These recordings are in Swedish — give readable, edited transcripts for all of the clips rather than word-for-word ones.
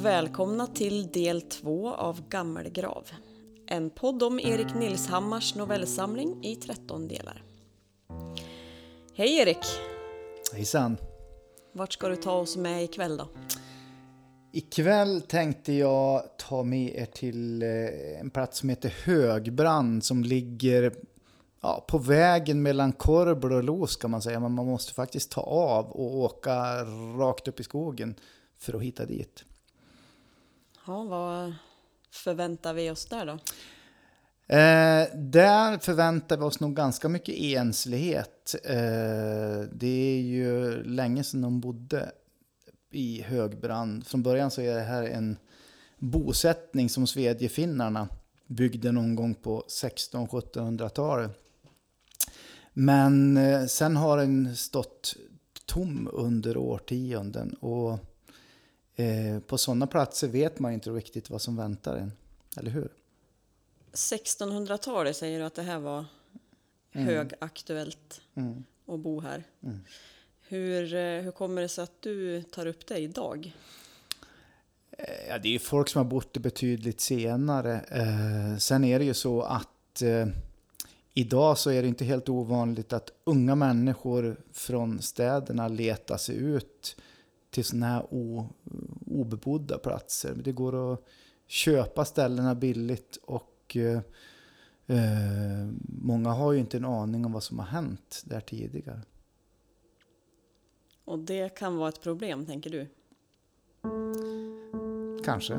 välkomna till del 2 av Gammelgrav. En podd om Erik Nilshammars novellsamling i 13 delar. Hej Erik! Hejsan! Vart ska du ta oss med ikväll då? Ikväll tänkte jag ta med er till en plats som heter Högbrand som ligger på vägen mellan Korrbel och Los kan man säga. Men man måste faktiskt ta av och åka rakt upp i skogen för att hitta dit. Ja, vad förväntar vi oss där då? Där förväntar vi oss nog ganska mycket enslighet. Det är ju länge sedan de bodde i Högbrand. Från början så är det här en bosättning som svedjefinnarna byggde någon gång på 1600-1700-talet. Men sen har den stått tom under årtionden och på sådana platser vet man inte riktigt vad som väntar en, eller hur? 1600-talet säger du att det här var högaktuellt att bo här. Hur kommer det sig att du tar upp det idag? Ja, det är folk som har bott det betydligt senare. Sen är det ju så att idag så är det inte helt ovanligt att unga människor från städerna letar sig ut till sådana här obebodda platser. Det går att köpa ställena billigt och många har ju inte en aning om vad som har hänt där tidigare. Och det kan vara ett problem, tänker du? Kanske.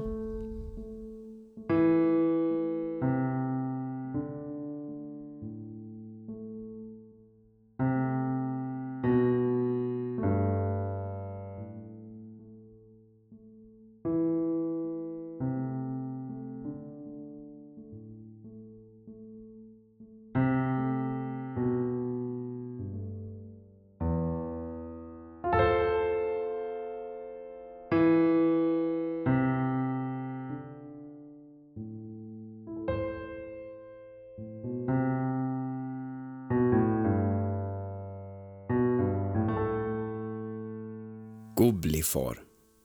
Goblifar.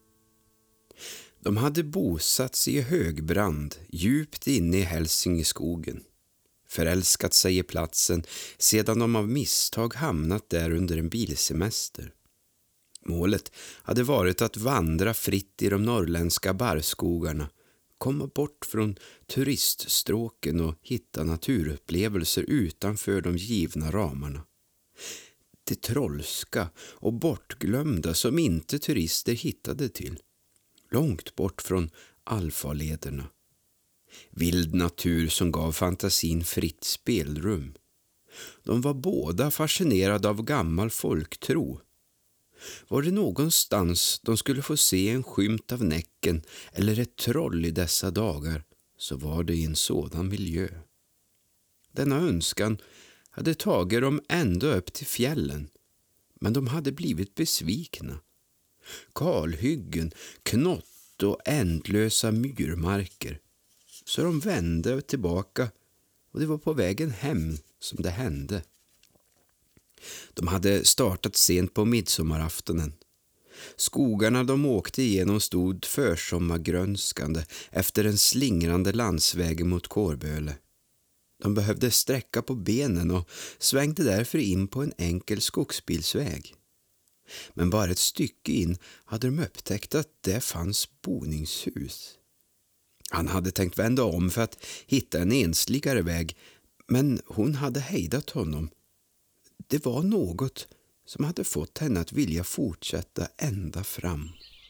De hade bosatts i Högbrand, djupt inne i Hälsingeskogen. Förälskat sig i platsen sedan de av misstag hamnat där under en bilsemester. Målet hade varit att vandra fritt i de norrländska barrskogarna, komma bort från turiststråken och hitta naturupplevelser utanför de givna ramarna. Det trollska och bortglömda som inte turister hittade till. Långt bort från alfalederna. Vild natur som gav fantasin fritt spelrum. De var båda fascinerade av gammal folktro. Var det någonstans de skulle få se en skymt av Näcken eller ett troll i dessa dagar, så var det i en sådan miljö. Denna önskan hade tagit dem ändå upp till fjällen, men de hade blivit besvikna. Kalhyggen, knott och ändlösa myrmarker. Så de vände tillbaka och det var på vägen hem som det hände. De hade startat sent på midsommaraftonen. Skogarna de åkte igenom stod försommargrönskande efter en slingrande landsväg mot Kårböle. De behövde sträcka på benen och svängde därför in på en enkel skogsbilsväg. Men bara ett stycke in hade de upptäckt att det fanns boningshus. Han hade tänkt vända om för att hitta en ensligare väg, men hon hade hejdat honom. Det var något som hade fått henne att vilja fortsätta ända fram.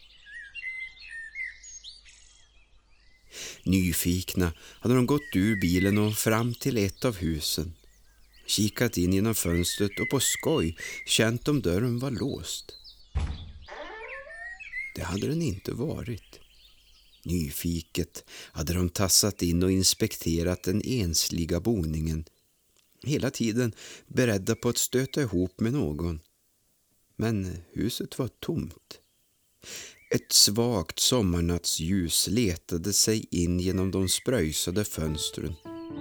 Nyfikna hade de gått ur bilen och fram till ett av husen. Kikat in genom fönstret och på skoj känt om dörren var låst. Det hade den inte varit. Nyfiket hade de tassat in och inspekterat den ensliga boningen. Hela tiden beredda på att stöta ihop med någon. Men huset var tomt. Ett svagt sommarnattsljus letade sig in genom de spröjsade fönstren.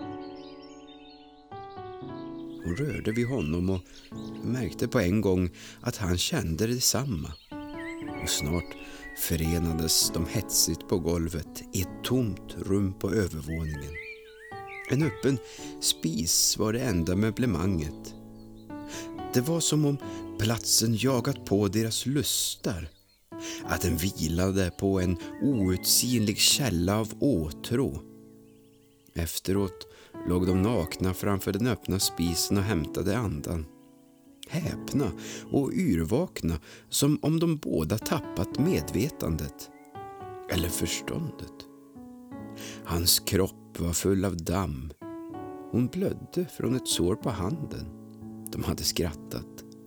Hon rörde vid honom och märkte på en gång att han kände detsamma. Och snart förenades de hetsigt på golvet i ett tomt rum på övervåningen. En öppen spis var det enda möblemanget. Det var som om platsen jagat på deras lustar, att den vilade på en outsinlig källa av åtrå. Efteråt låg de nakna framför den öppna spisen och hämtade andan. Häpna och yrvakna, som om de båda tappat medvetandet eller förståndet. Hans kropp var full av damm. Hon blödde från ett sår på handen. De hade skrattat.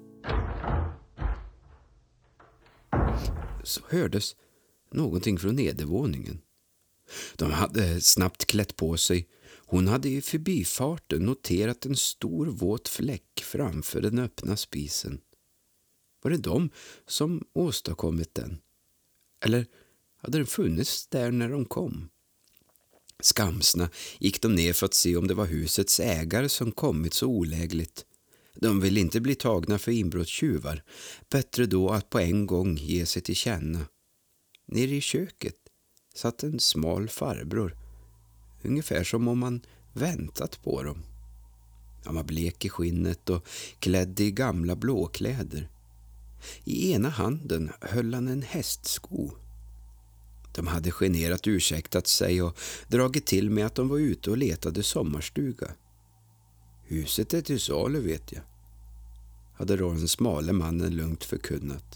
Så hördes någonting från nedervåningen. De hade snabbt klätt på sig. Hon hade i förbifarten noterat en stor våt fläck framför den öppna spisen. Var det de som åstadkommit den? Eller hade den funnits där när de kom? Skamsna gick de ner för att se om det var husets ägare som kommit så olägligt. De ville inte bli tagna för inbrottstjuvar. Bättre då att på en gång ge sig till känna. Nere i köket satt en smal farbror. Ungefär som om man väntat på dem. Han var blek i skinnet och klädd i gamla blåkläder. I ena handen höll han en hästsko. De hade generat ursäktat sig och dragit till med att de var ute och letade sommarstuga. Huset är till salu, vet jag, hade då den smale mannen lugnt förkunnat.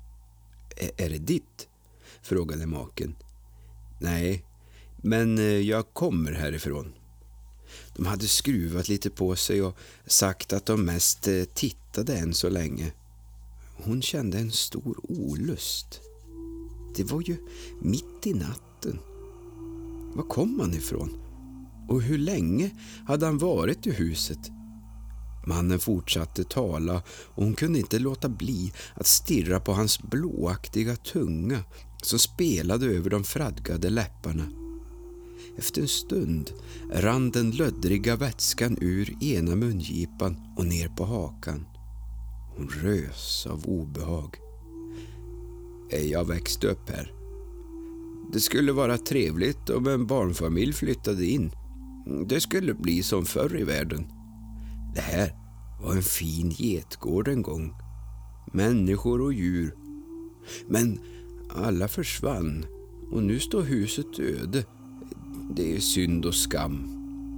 Är det ditt? Frågade maken. Nej, men jag kommer härifrån. De hade skruvat lite på sig och sagt att de mest tittade än så länge. Hon kände en stor olust. Det var ju mitt i natten. Var kom han ifrån? Och hur länge hade han varit i huset? Mannen fortsatte tala och hon kunde inte låta bli att stirra på hans blåaktiga tunga som spelade över de fradgade läpparna. Efter en stund rann den löddriga vätskan ur ena mungipan och ner på hakan. Hon rös av obehag. Jag växte upp här. Det skulle vara trevligt om en barnfamilj flyttade in. Det skulle bli som förr i världen. Det här var en fin getgård en gång. Människor och djur. Men alla försvann och nu står huset öde. Det är synd och skam.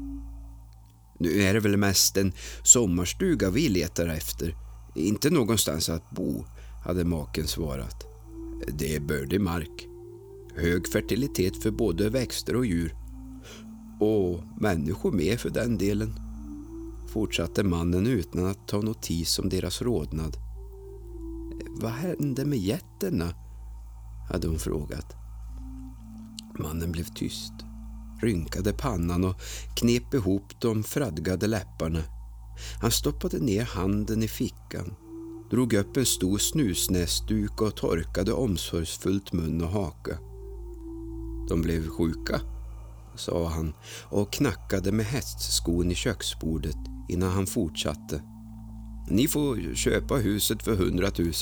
Nu är det väl mest en sommarstuga vi letar efter. Inte någonstans att bo, hade maken svarat. Det är bördig mark. Hög fertilitet för både växter och djur. Och människor med för den delen, fortsatte mannen utan att ta notis om deras rodnad. Vad hände med getterna? Hade hon frågat. Mannen blev tyst, rynkade pannan och knep ihop de fradgade läpparna. Han stoppade ner handen i fickan, drog upp en stor snusnäsduk och torkade omsorgsfullt mun och haka. De blev sjuka, sa han och knackade med hästskon i köksbordet innan han fortsatte. Ni får köpa huset för 100 000.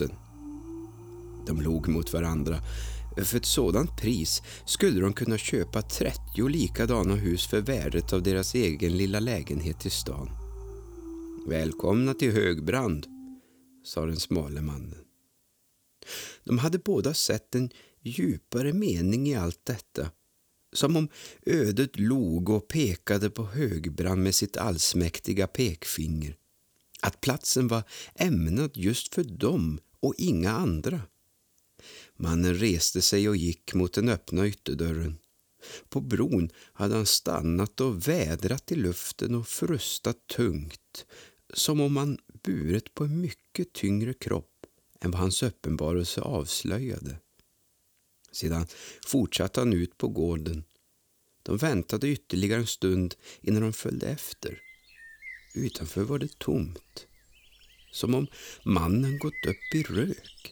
De log mot varandra. För ett sådant pris skulle de kunna köpa 30 likadana hus för värdet av deras egen lilla lägenhet i stan. Välkomna till Högbrand, sa den smale mannen. De hade båda sett en djupare mening i allt detta. Som om ödet log och pekade på Högbrand med sitt allsmäktiga pekfinger. Att platsen var ämnad just för dem och inga andra. Mannen reste sig och gick mot den öppna ytterdörren. På bron hade han stannat och vädrat i luften och frustat tungt, som om han burit på en mycket tyngre kropp än vad hans uppenbarelse avslöjade. Sedan fortsatte han ut på gården. De väntade ytterligare en stund innan de följde efter. Utanför var det tomt, som om mannen gått upp i rök.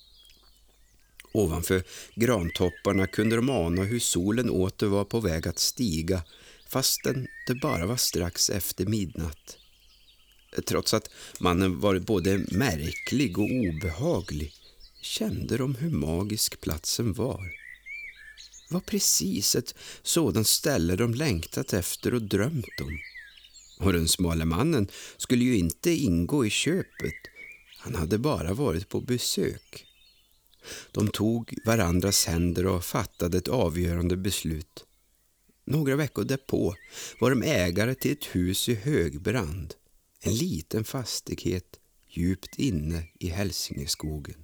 Ovanför grantopparna kunde de ana hur solen åter var på väg att stiga, fastän det bara var strax efter midnatt. Trots att mannen var både märklig och obehaglig kände de hur magisk platsen var. Det var precis ett sådant ställe de längtat efter och drömt om. Och den smala mannen skulle ju inte ingå i köpet. Han hade bara varit på besök. De tog varandras händer och fattade ett avgörande beslut. Några veckor därpå var de ägare till ett hus i Högbrand. En liten fastighet djupt inne i Hälsingeskogen.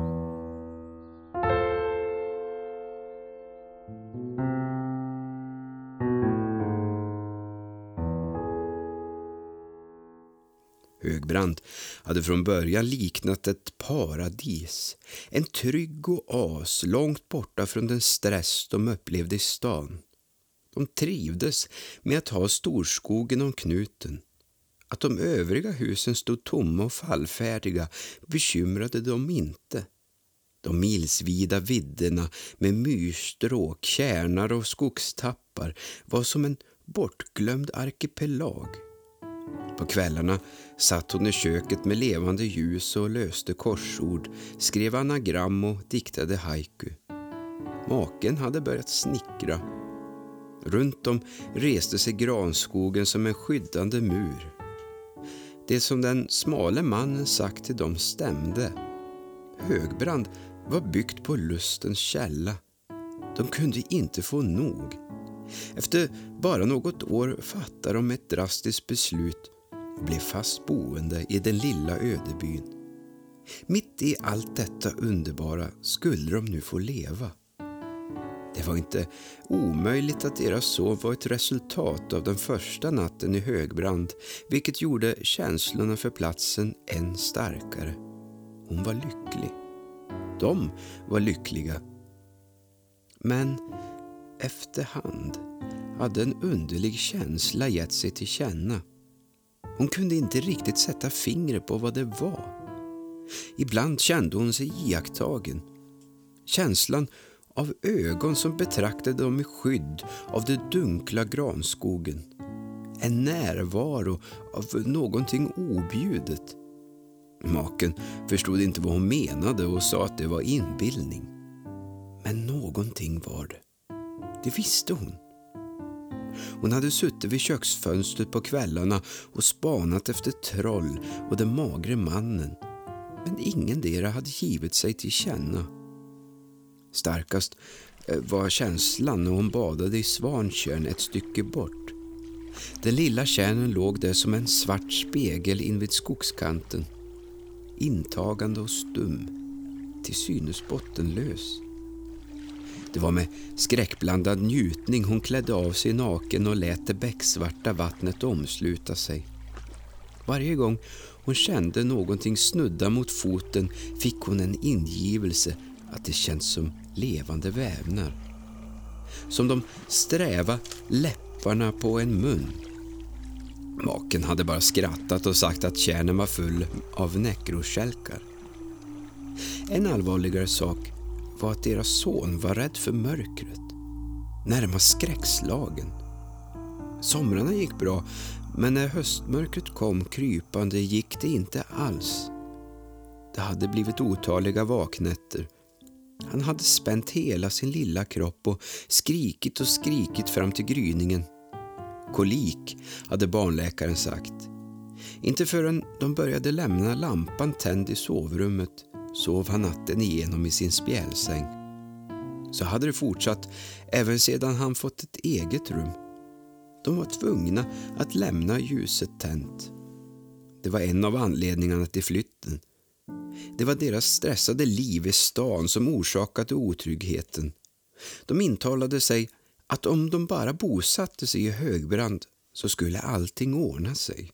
Högbrand hade från början liknat ett paradis. En trygg oas långt borta från den stress de upplevde i stan. De trivdes med att ha storskogen om knuten. Att de övriga husen stod tomma och fallfärdiga bekymrade dem inte. De milsvida vidderna med myrstråk, kärnar och skogstappar var som en bortglömd arkipelag. På kvällarna satt hon i köket med levande ljus och löste korsord, skrev anagram och diktade haiku. Maken hade börjat snickra. Runt om reste sig granskogen som en skyddande mur. Det som den smale mannen sagt till dem stämde. Högbrand var byggt på lustens källa. De kunde inte få nog. Efter bara något år fattade de ett drastiskt beslut och blev fast boende i den lilla ödebyn. Mitt i allt detta underbara skulle de nu få leva. Det var inte omöjligt att deras sov var ett resultat av den första natten i Högbrand, vilket gjorde känslorna för platsen än starkare. Hon var lycklig. De var lyckliga. Men efterhand hade en underlig känsla gett sig till känna. Hon kunde inte riktigt sätta fingret på vad det var. Ibland kände hon sig iakttagen. Känslan av ögon som betraktade dem i skydd av det dunkla granskogen. En närvaro av någonting objudet. Maken förstod inte vad hon menade och sa att det var inbildning. Men någonting var det. Det visste hon. Hon hade suttit vid köksfönstret på kvällarna och spanat efter troll och den magre mannen. Men ingen dera hade givit sig till känna. Starkast var känslan när hon badade i Svankärn ett stycke bort. Den lilla kärnen låg där som en svart spegel invid skogskanten. Intagande och stum, till synes bottenlös. Det var med skräckblandad njutning hon klädde av sig naken och lät det becksvarta vattnet omsluta sig. Varje gång hon kände någonting snudda mot foten fick hon en ingivelse att det känns som levande vävnar. Som de sträva läpparna på en mun. Maken hade bara skrattat och sagt att kärnen var full av näckrokälkar. En allvarligare sak var att deras son var rädd för mörkret. Närmast skräckslagen. Somrarna gick bra, men när höstmörkret kom krypande gick det inte alls. Det hade blivit otaliga vaknätter. Han hade spänt hela sin lilla kropp och skrikit fram till gryningen. Kolik, hade barnläkaren sagt. Inte förrän de började lämna lampan tänd i sovrummet sov han natten igenom i sin spjälsäng. Så hade det fortsatt även sedan han fått ett eget rum. De var tvungna att lämna ljuset tänt. Det var en av anledningarna till flytten. Det var deras stressade liv i stan som orsakade otryggheten. De intalade sig att om de bara bosatte sig i Högbrand så skulle allting ordna sig.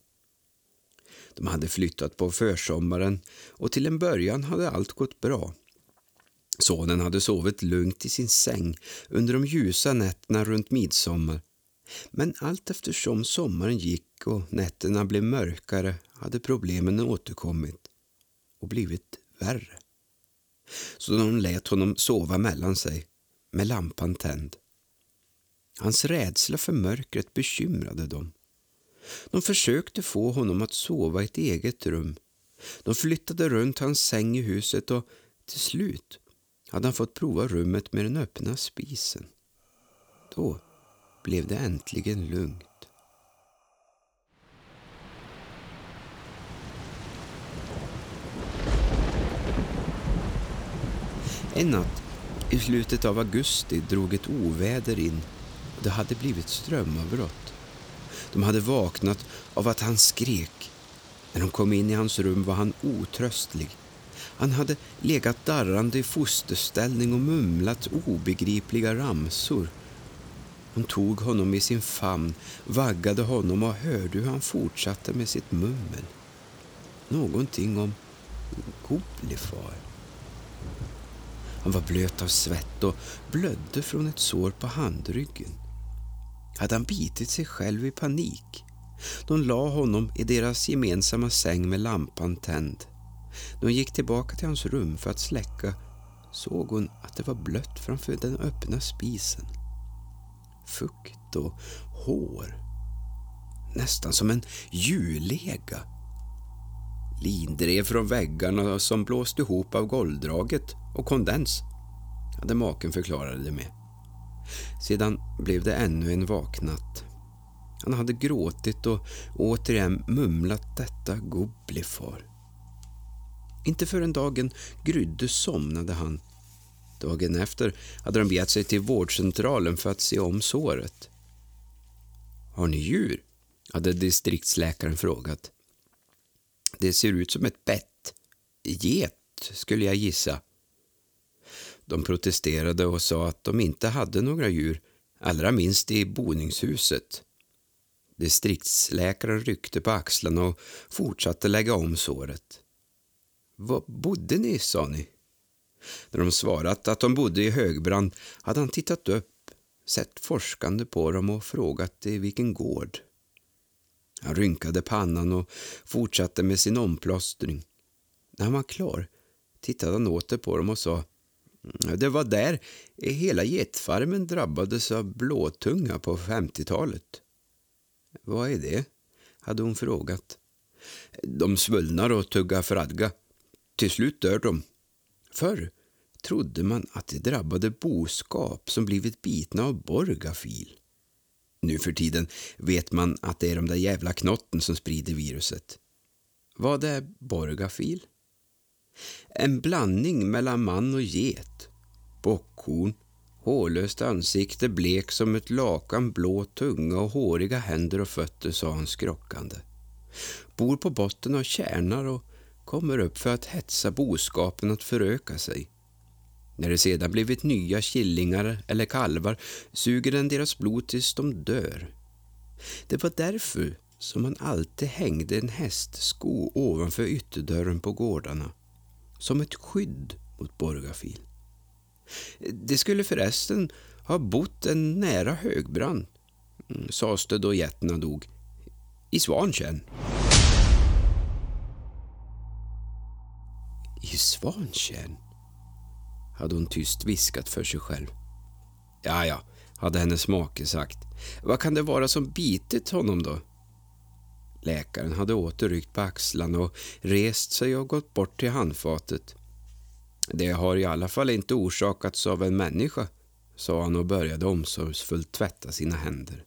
De hade flyttat på försommaren och till en början hade allt gått bra. Sonen hade sovit lugnt i sin säng under de ljusa nätterna runt midsommar. Men allt eftersom sommaren gick och nätterna blev mörkare hade problemen återkommit och blivit värre. Så de lät honom sova mellan sig med lampan tänd. Hans rädsla för mörkret bekymrade dem. De försökte få honom att sova i ett eget rum. De flyttade runt hans säng i huset och Till slut hade han fått prova rummet med den öppna spisen. Då blev det äntligen lugnt. En natt i slutet av augusti drog ett oväder in och det hade blivit strömavbrott. De hade vaknat av att han skrek. När de kom in i hans rum var han otröstlig. Han hade legat darrande i fosterställning och mumlat obegripliga ramsor. Hon tog honom i sin famn, vaggade honom och hörde hur han fortsatte med sitt mummel. Någonting om Goblifar. Han var blöt av svett och blödde från ett sår på handryggen. Hade han bitit sig själv i panik? De la honom i deras gemensamma säng med lampan tänd. När hon gick tillbaka till hans rum för att släcka såg hon att det var blött framför den öppna spisen. Fukt och hår. Nästan som en jullega. Lindrev från väggarna som blåste ihop av golvdraget och kondens, hade maken förklarade det med. Sedan blev det ännu en vaknatt. Han hade gråtit och återigen mumlat detta Goblifar. Inte förrän dagen grydde somnade han. Dagen efter hade de begett sig till vårdcentralen för att se om såret. Har ni djur? Hade distriktsläkaren frågat. Det ser ut som ett bett. Get, skulle jag gissa. De protesterade och sa att de inte hade några djur, allra minst i boningshuset. Distriktsläkaren ryckte på axlarna och fortsatte lägga om såret. Var bodde ni, sa ni? När de svarat att de bodde i Högbrand hade han tittat upp, sett forskande på dem och frågat i vilken gård. Han rynkade pannan och fortsatte med sin omplåstring. När han var klar tittade han åter på dem och sa: det var där hela getfarmen drabbades av blåtunga på 50-talet. Vad är det? Hade hon frågat. De svullnar och tuggar fradga. Till slut dör de. Förr trodde man att det drabbade boskap som blivit bitna av borgafil. Nu för tiden vet man att det är de där jävla knotten som sprider viruset. Vad är borgafil? En blandning mellan man och get. Bockhorn, hårlöst ansikte, blek som ett lakan, blå tunga och håriga händer och fötter, sa han skrockande. Bor på botten av kärnar och kommer upp för att hetsa boskapen att föröka sig. När det sedan blivit nya killingar eller kalvar suger den deras blod tills de dör. Det var därför som man alltid hängde en hästsko ovanför ytterdörren på gårdarna, som ett skydd mot borgafil. Det skulle förresten ha bott en nära Högbrand, sades det då getterna dog, i Svankärn. I Svankärn? Hade hon tyst viskat för sig själv. Ja, hade hennes make sagt. Vad kan det vara som bitit honom då? Läkaren hade återryckt på axlarna och rest sig och gått bort till handfatet. Det har i alla fall inte orsakats av en människa, sa han och började omsorgsfullt tvätta sina händer.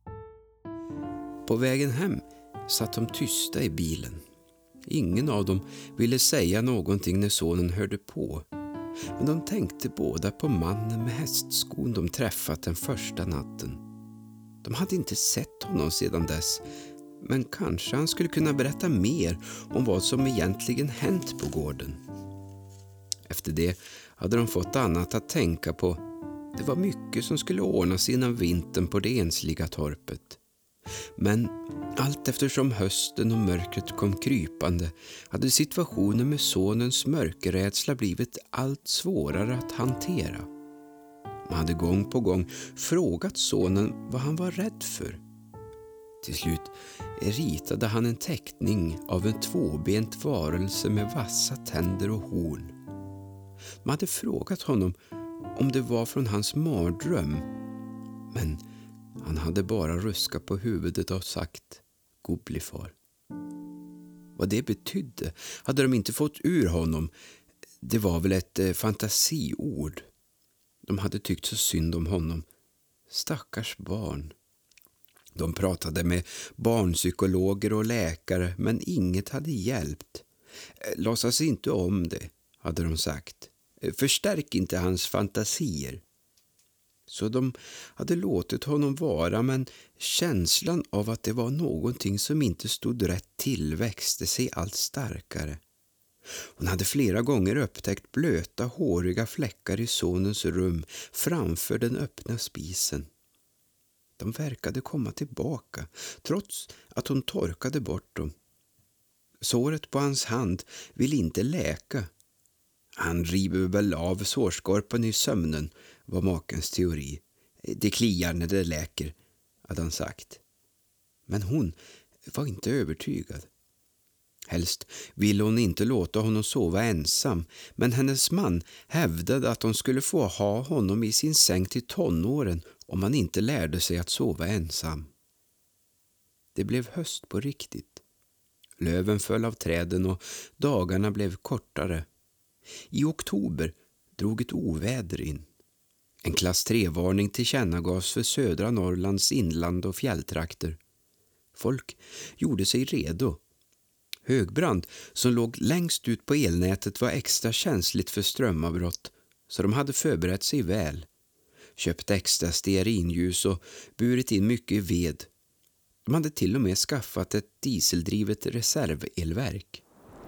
På vägen hem satt de tysta i bilen. Ingen av dem ville säga någonting när sonen hörde på. Men de tänkte båda på mannen med hästskon de träffat den första natten. De hade inte sett honom sedan dess, men kanske han skulle kunna berätta mer om vad som egentligen hänt på gården. Efter det hade de fått annat att tänka på. Det var mycket som skulle ordnas innan vintern på det ensliga torpet. Men allt eftersom hösten och mörkret kom krypande hade situationen med sonens mörkerrädsla blivit allt svårare att hantera. Man hade gång på gång frågat sonen vad han var rädd för. Till slut ritade han en teckning av en tvåbent varelse med vassa tänder och horn. Man hade frågat honom om det var från hans mardröm, men han hade bara ruskat på huvudet och sagt Goblifar. Vad det betydde hade de inte fått ur honom. Det var väl ett fantasiord. De hade tyckt så synd om honom. Stackars barn. De pratade med barnpsykologer och läkare, men inget hade hjälpt. Låtsas inte om det, hade de sagt. Förstärk inte hans fantasier. Så de hade låtit honom vara, men känslan av att det var någonting som inte stod rätt till växte sig allt starkare. Hon hade flera gånger upptäckt blöta, håriga fläckar i sonens rum framför den öppna spisen. De verkade komma tillbaka, trots att hon torkade bort dem. Såret på hans hand vill inte läka. Han river väl av sårskorpan i sömnen, var makens teori. Det kliar när det läker, hade han sagt. Men hon var inte övertygad. Helst ville hon inte låta honom sova ensam, men hennes man hävdade att hon skulle få ha honom i sin säng till tonåren om han inte lärde sig att sova ensam. Det blev höst på riktigt. Löven föll av träden och dagarna blev kortare. I oktober drog ett oväder in. En klass 3-varning tillkännagavs för södra Norrlands inland och fjälltrakter. Folk gjorde sig redo. Högbrand, som låg längst ut på elnätet, var extra känsligt för strömavbrott, så de hade förberett sig väl. Köpt extra stearinljus och burit in mycket ved. De hade till och med skaffat ett dieseldrivet reservelverk.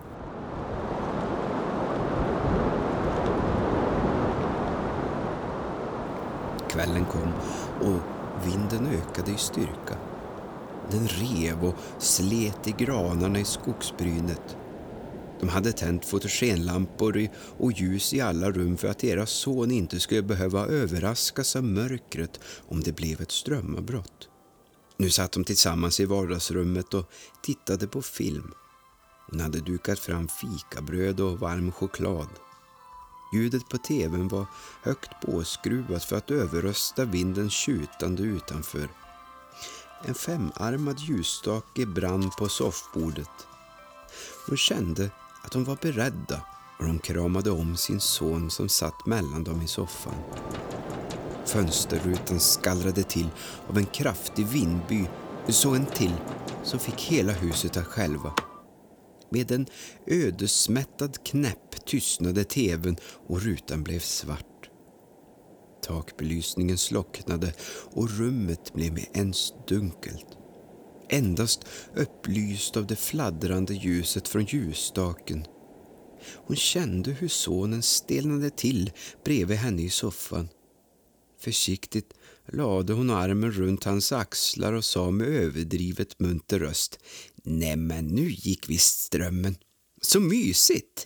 Kvällen kom och vinden ökade i styrka. Den rev och slet i granarna i skogsbrynet. De hade tänt fotogenlampor och ljus i alla rum för att deras son inte skulle behöva överraskas av mörkret om det blev ett strömavbrott. Nu satt de tillsammans i vardagsrummet och tittade på film. Hon hade dukat fram fikabröd och varm choklad. Ljudet på tvn var högt påskruvat för att överrösta vindens tjutande utanför. En 5-armad ljusstake brann på soffbordet. Hon kände att de var beredda och de kramade om sin son som satt mellan dem i soffan. Fönsterrutan skallrade till av en kraftig vindby, så en till som fick hela huset att skälva. Med en ödesmättad knäpp tystnade tvn och rutan blev svart. Takbelysningen slocknade och rummet blev med ens dunkelt. Endast upplyst av det fladdrande ljuset från ljusstaken. Hon kände hur sonen stelnade till bredvid henne i soffan. Försiktigt lade hon armen runt hans axlar och sa med överdrivet munter röst: "Nej, men nu gick visst strömmen. Så mysigt!"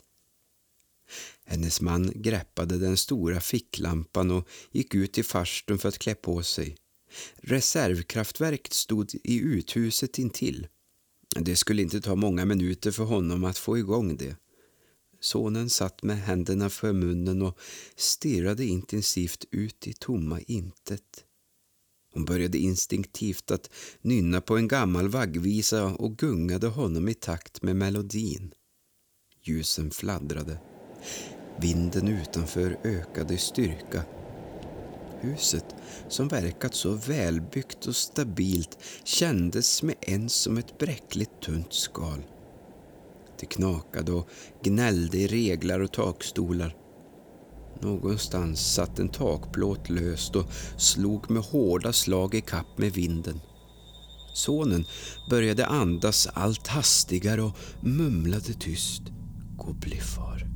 Hennes man greppade den stora ficklampan och gick ut i farstun för att klä på sig. Reservkraftverket stod i uthuset intill. Det skulle inte ta många minuter för honom att få igång det. Sonen satt med händerna för munnen och stirrade intensivt ut i tomma intet. Hon började instinktivt att nynna på en gammal vaggvisa och gungade honom i takt med melodin. Ljusen fladdrade. Vinden utanför ökade i styrka. Huset, som verkat så välbyggt och stabilt, kändes med en som ett bräckligt tunt skal. Det knakade och gnällde i reglar och takstolar. Någonstans satt en takplåt löst och slog med hårda slag i kapp med vinden. Sonen började andas allt hastigare och mumlade tyst: "Gå, bli far."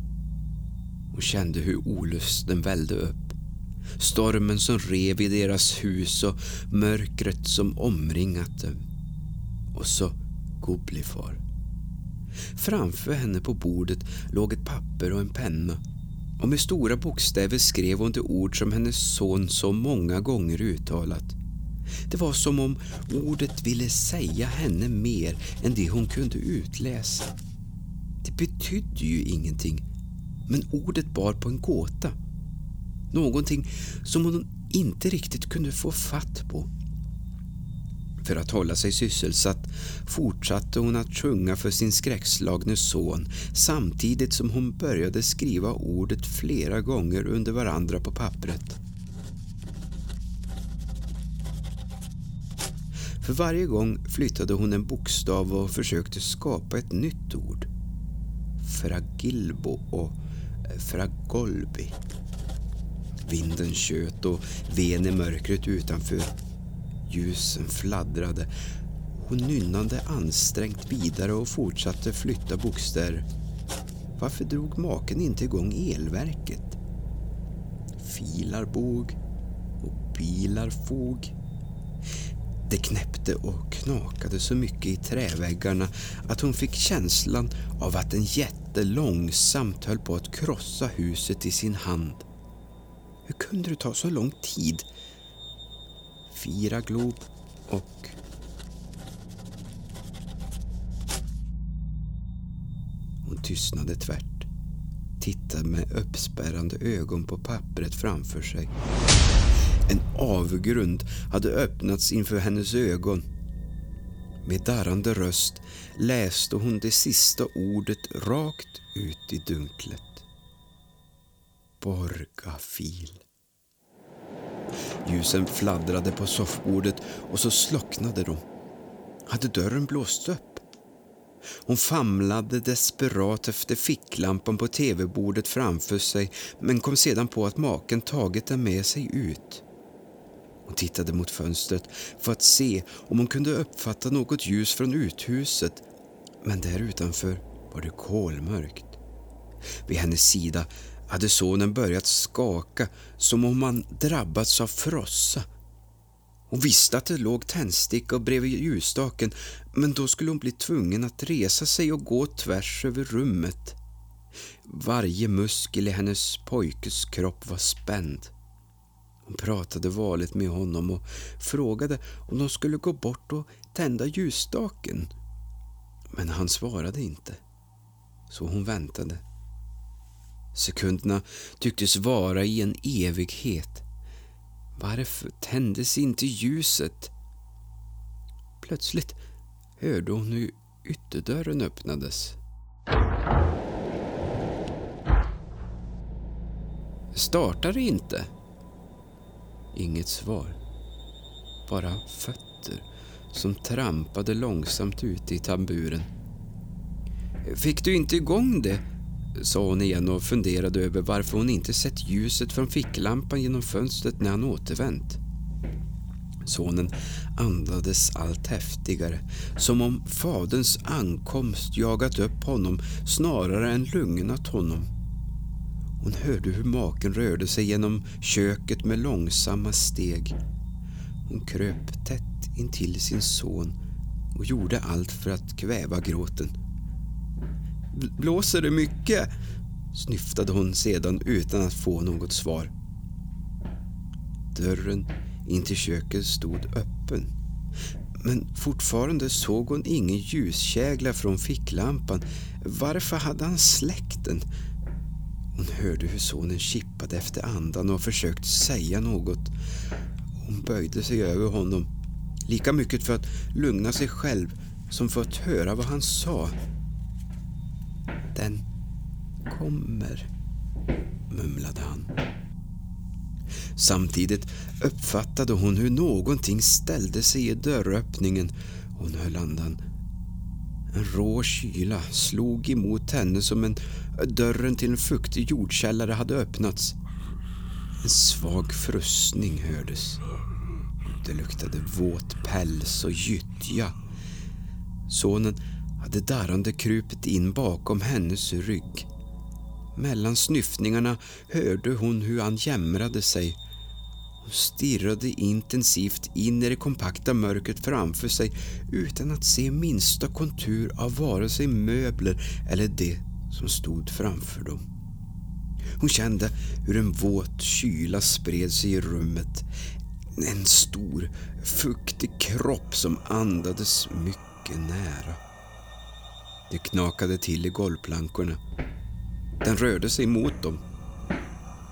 Hon kände hur olusten vällde upp. Stormen som rev i deras hus och mörkret som omringat dem. Och så "Gå, bli far." Framför henne på bordet låg ett papper och en penna. Och med stora bokstäver skrev hon det ord som hennes son så många gånger uttalat. Det var som om ordet ville säga henne mer än det hon kunde utläsa. Det betydde ju ingenting, men ordet bar på en gåta. Någonting som hon inte riktigt kunde få fatt på. För att hålla sig sysselsatt fortsatte hon att sjunga för sin skräckslagne son samtidigt som hon började skriva ordet flera gånger under varandra på pappret. För varje gång flyttade hon en bokstav och försökte skapa ett nytt ord. Fragilbo och fragolbi. Vinden tjöt och ven i mörkret utanför. Ljusen fladdrade. Hon nynnade ansträngt vidare och fortsatte flytta bokstäver. Varför drog maken inte igång elverket? Filarbåg och bilarfåg. Det knäppte och knakade så mycket i träväggarna att hon fick känslan av att en jätte långsamt höll på att krossa huset i sin hand. Hur kunde det ta så lång tid? Firaglob och... Hon tystnade tvärt, tittade med uppspärrande ögon på pappret framför sig. En avgrund hade öppnats inför hennes ögon. Med darrande röst läste hon det sista ordet rakt ut i dunklet. Borgafil. Ljusen fladdrade på soffbordet och så slocknade de. Hade dörren blåst upp? Hon famlade desperat efter ficklampan på tv-bordet framför sig men kom sedan på att maken tagit den med sig ut. Hon tittade mot fönstret för att se om hon kunde uppfatta något ljus från uthuset, men där utanför var det kolmörkt. Vid hennes sida hade sonen börjat skaka som om han drabbats av frossa. Hon visste att det låg tändsticka bredvid ljusstaken, men då skulle hon bli tvungen att resa sig och gå tvärs över rummet. Varje muskel i hennes pojkes kropp var spänd. Hon pratade varligt med honom och frågade om de skulle gå bort och tända ljusstaken. Men han svarade inte, så hon väntade. Sekunderna tycktes vara i en evighet. Varför tändes inte ljuset? Plötsligt hörde hon hur ytterdörren öppnades. Startar det inte? Inget svar. Bara fötter som trampade långsamt ute i tamburen. Fick du inte igång det? Sa hon igen och funderade över varför hon inte sett ljuset från ficklampan genom fönstret när han återvänt. Sonen andades allt häftigare, som om faderns ankomst jagat upp honom snarare än lugnat honom. Hon hörde hur maken rörde sig genom köket med långsamma steg. Hon kröp tätt intill sin son och gjorde allt för att kväva gråten. Blåser det mycket? Snyftade hon sedan utan att få något svar. Dörren in till köket stod öppen. Men fortfarande såg hon ingen ljuskägla från ficklampan. Varför hade han släckt den? Hon hörde hur sonen kippade efter andan och försökte säga något. Hon böjde sig över honom, lika mycket för att lugna sig själv som för att höra vad han sa. Den kommer, mumlade han. Samtidigt uppfattade hon hur någonting ställde sig i dörröppningen. Hon höll andan. En rå kyla slog emot henne som en dörren till en fuktig jordkällare hade öppnats. En svag frustning hördes. Det luktade våt päls och gyttja. Sonen hade darrande krupit in bakom hennes rygg. Mellan snyftningarna hörde hon hur han jämrade sig. Hon stirrade intensivt in i det kompakta mörkret framför sig utan att se minsta kontur av vare sig möbler eller det som stod framför dem. Hon kände hur en våt kyla spred sig i rummet. En stor, fuktig kropp som andades mycket nära. Det knakade till i golvplankorna. Den rörde sig mot dem.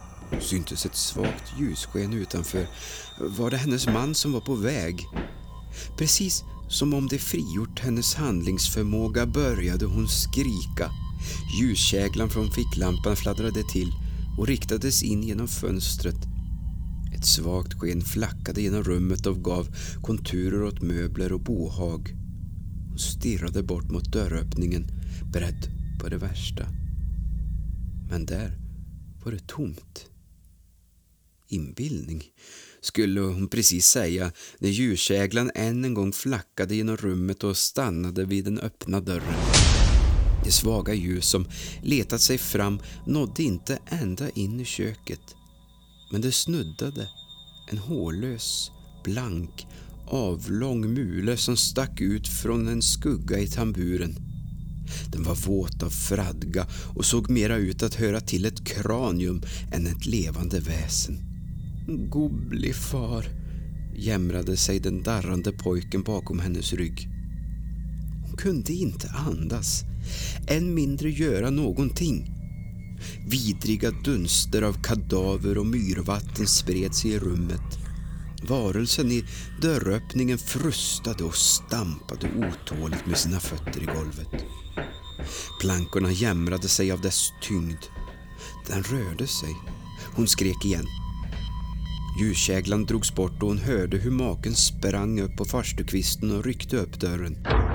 Syntes ett svagt ljussken utanför. Var det hennes man som var på väg? Precis som om det frigjort hennes handlingsförmåga började hon skrika. Ljuskäglan från ficklampan fladdrade till och riktades in genom fönstret. Ett svagt sken flackade genom rummet och gav konturer åt möbler och bohag. Hon stirrade bort mot dörröppningen, beredd på det värsta. Men där var det tomt. Inbildning, skulle hon precis säga när ljuskäglan än en gång flackade genom rummet och stannade vid den öppna dörren. Det svaga ljus som letat sig fram nådde inte ända in i köket, men det snuddade en hårlös, blank, avlång mule som stack ut från en skugga i tamburen. Den var våt av fradga och såg mera ut att höra till ett kranium än ett levande väsen. Gobli far, jämrade sig den darrande pojken bakom hennes rygg. Hon kunde inte andas, än mindre göra någonting. Vidriga dunster av kadaver och myrvatten spred sig i rummet. Varelsen i dörröppningen frustade och stampade otåligt med sina fötter i golvet. Plankorna jämrade sig av dess tyngd. Den rörde sig. Hon skrek igen. Ljuskäglan drogs bort och hon hörde hur maken sprang upp på farstukvisten och ryckte upp dörren.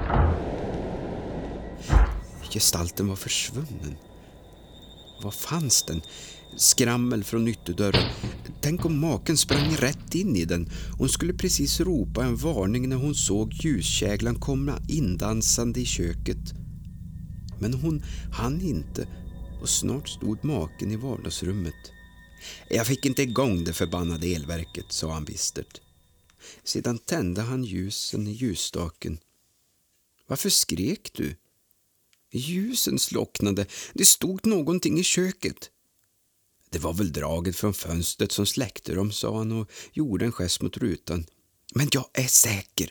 Gestalten var försvunnen. Var fanns den? Skrammel från ytterdörren. Tänk om maken sprang rätt in i den. Hon skulle precis ropa en varning när hon såg ljuskäglan komma indansande i köket. Men hon hann inte och snart stod maken i vardagsrummet. Jag fick inte igång det förbannade elverket, sa han bistert. Sedan tände han ljusen i ljusstaken. Varför skrek du? Ljusen slocknade. Det stod någonting i köket. Det var väl draget från fönstret som släckte dem, sa han och gjorde en gest mot rutan. Men jag är säker.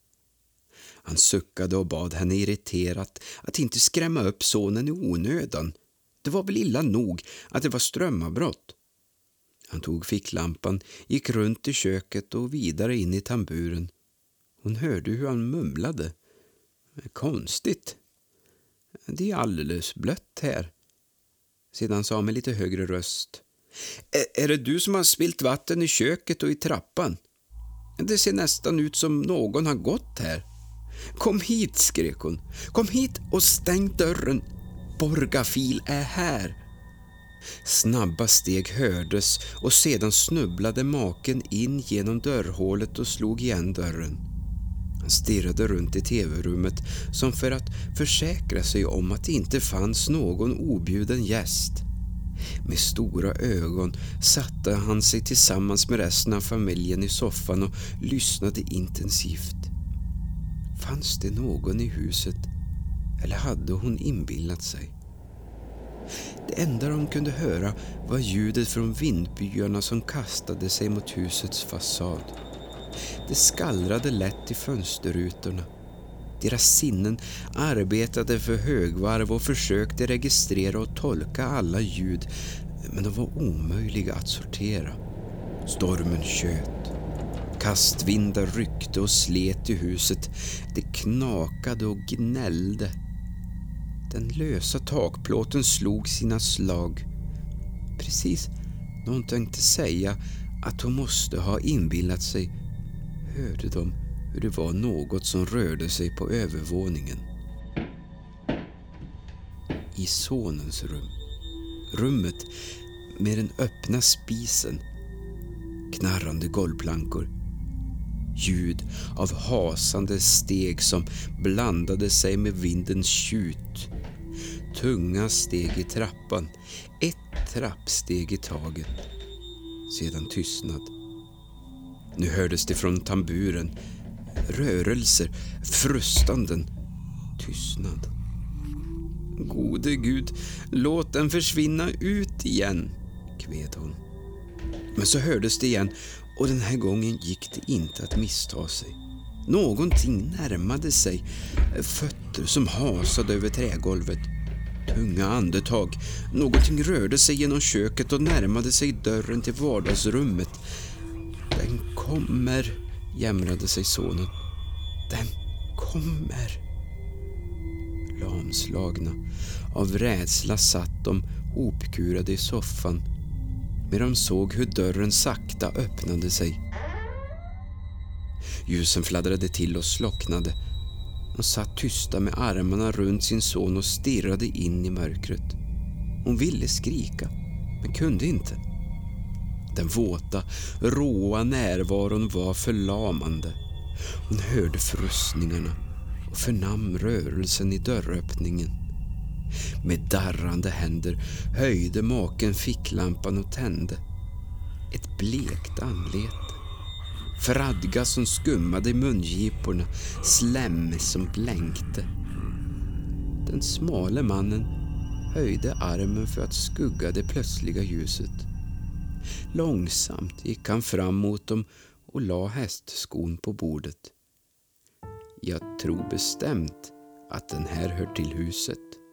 Han suckade och bad henne irriterat att inte skrämma upp sonen i onödan. Det var väl illa nog att det var strömavbrott. Han tog ficklampan, gick runt i köket och vidare in i tamburen. Hon hörde hur han mumlade. Konstigt. Det är alldeles blött här. Sedan sa han med lite högre röst. Är det du som har spillt vatten i köket och i trappan? Det ser nästan ut som någon har gått här. Kom hit, skrek hon. Kom hit och stäng dörren. Borgafil är här. Snabba steg hördes och sedan snubblade maken in genom dörrhålet och slog igen dörren. Han stirrade runt i tv-rummet som för att försäkra sig om att det inte fanns någon objuden gäst. Med stora ögon satte han sig tillsammans med resten av familjen i soffan och lyssnade intensivt. Fanns det någon i huset eller hade hon inbillat sig? Det enda de kunde höra var ljudet från vindbyarna som kastade sig mot husets fasad. Det skallrade lätt i fönsterrutorna. Deras sinnen arbetade för högvarv och försökte registrera och tolka alla ljud, men de var omöjliga att sortera. Stormen tjöt. Kastvindar ryckte och slet i huset. Det knakade och gnällde. Den lösa takplåten slog sina slag. Precis när hon tänkte säga att hon måste ha inbillat sig hörde de hur det var något som rörde sig på övervåningen. I sonens rum. Rummet med den öppna spisen. Knarrande golvplankor. Ljud av hasande steg som blandade sig med vindens tjut. Tunga steg i trappan. Ett trappsteg i taget. Sedan tystnad. Nu hördes det från tamburen. Rörelser, frustanden. Tystnad. Gode Gud, låt den försvinna ut igen, kved hon. Men så hördes det igen och den här gången gick det inte att missta sig. Någonting närmade sig. Fötter som hasade över trägolvet. Tunga andetag. Någonting rörde sig genom köket och närmade sig dörren till vardagsrummet. Den kommer, jämrade sig sonen. Den kommer. Lamslagna av rädsla satt de hopkurade i soffan medan de såg hur dörren sakta öppnade sig. Ljusen fladdrade till och slocknade. Hon satt tysta med armarna runt sin son och stirrade in i mörkret. Hon ville skrika, men kunde inte. Den våta, råa närvaron var förlamande. Hon hörde frustningarna och förnam rörelsen i dörröppningen. Med darrande händer höjde maken ficklampan och tände. Ett blekt anlete. Fradga som skummade i mungiporna, slem som blänkte. Den smale mannen höjde armen för att skugga det plötsliga ljuset. Långsamt gick han fram mot dem och la hästskon på bordet. Jag tror bestämt att den här hör till huset,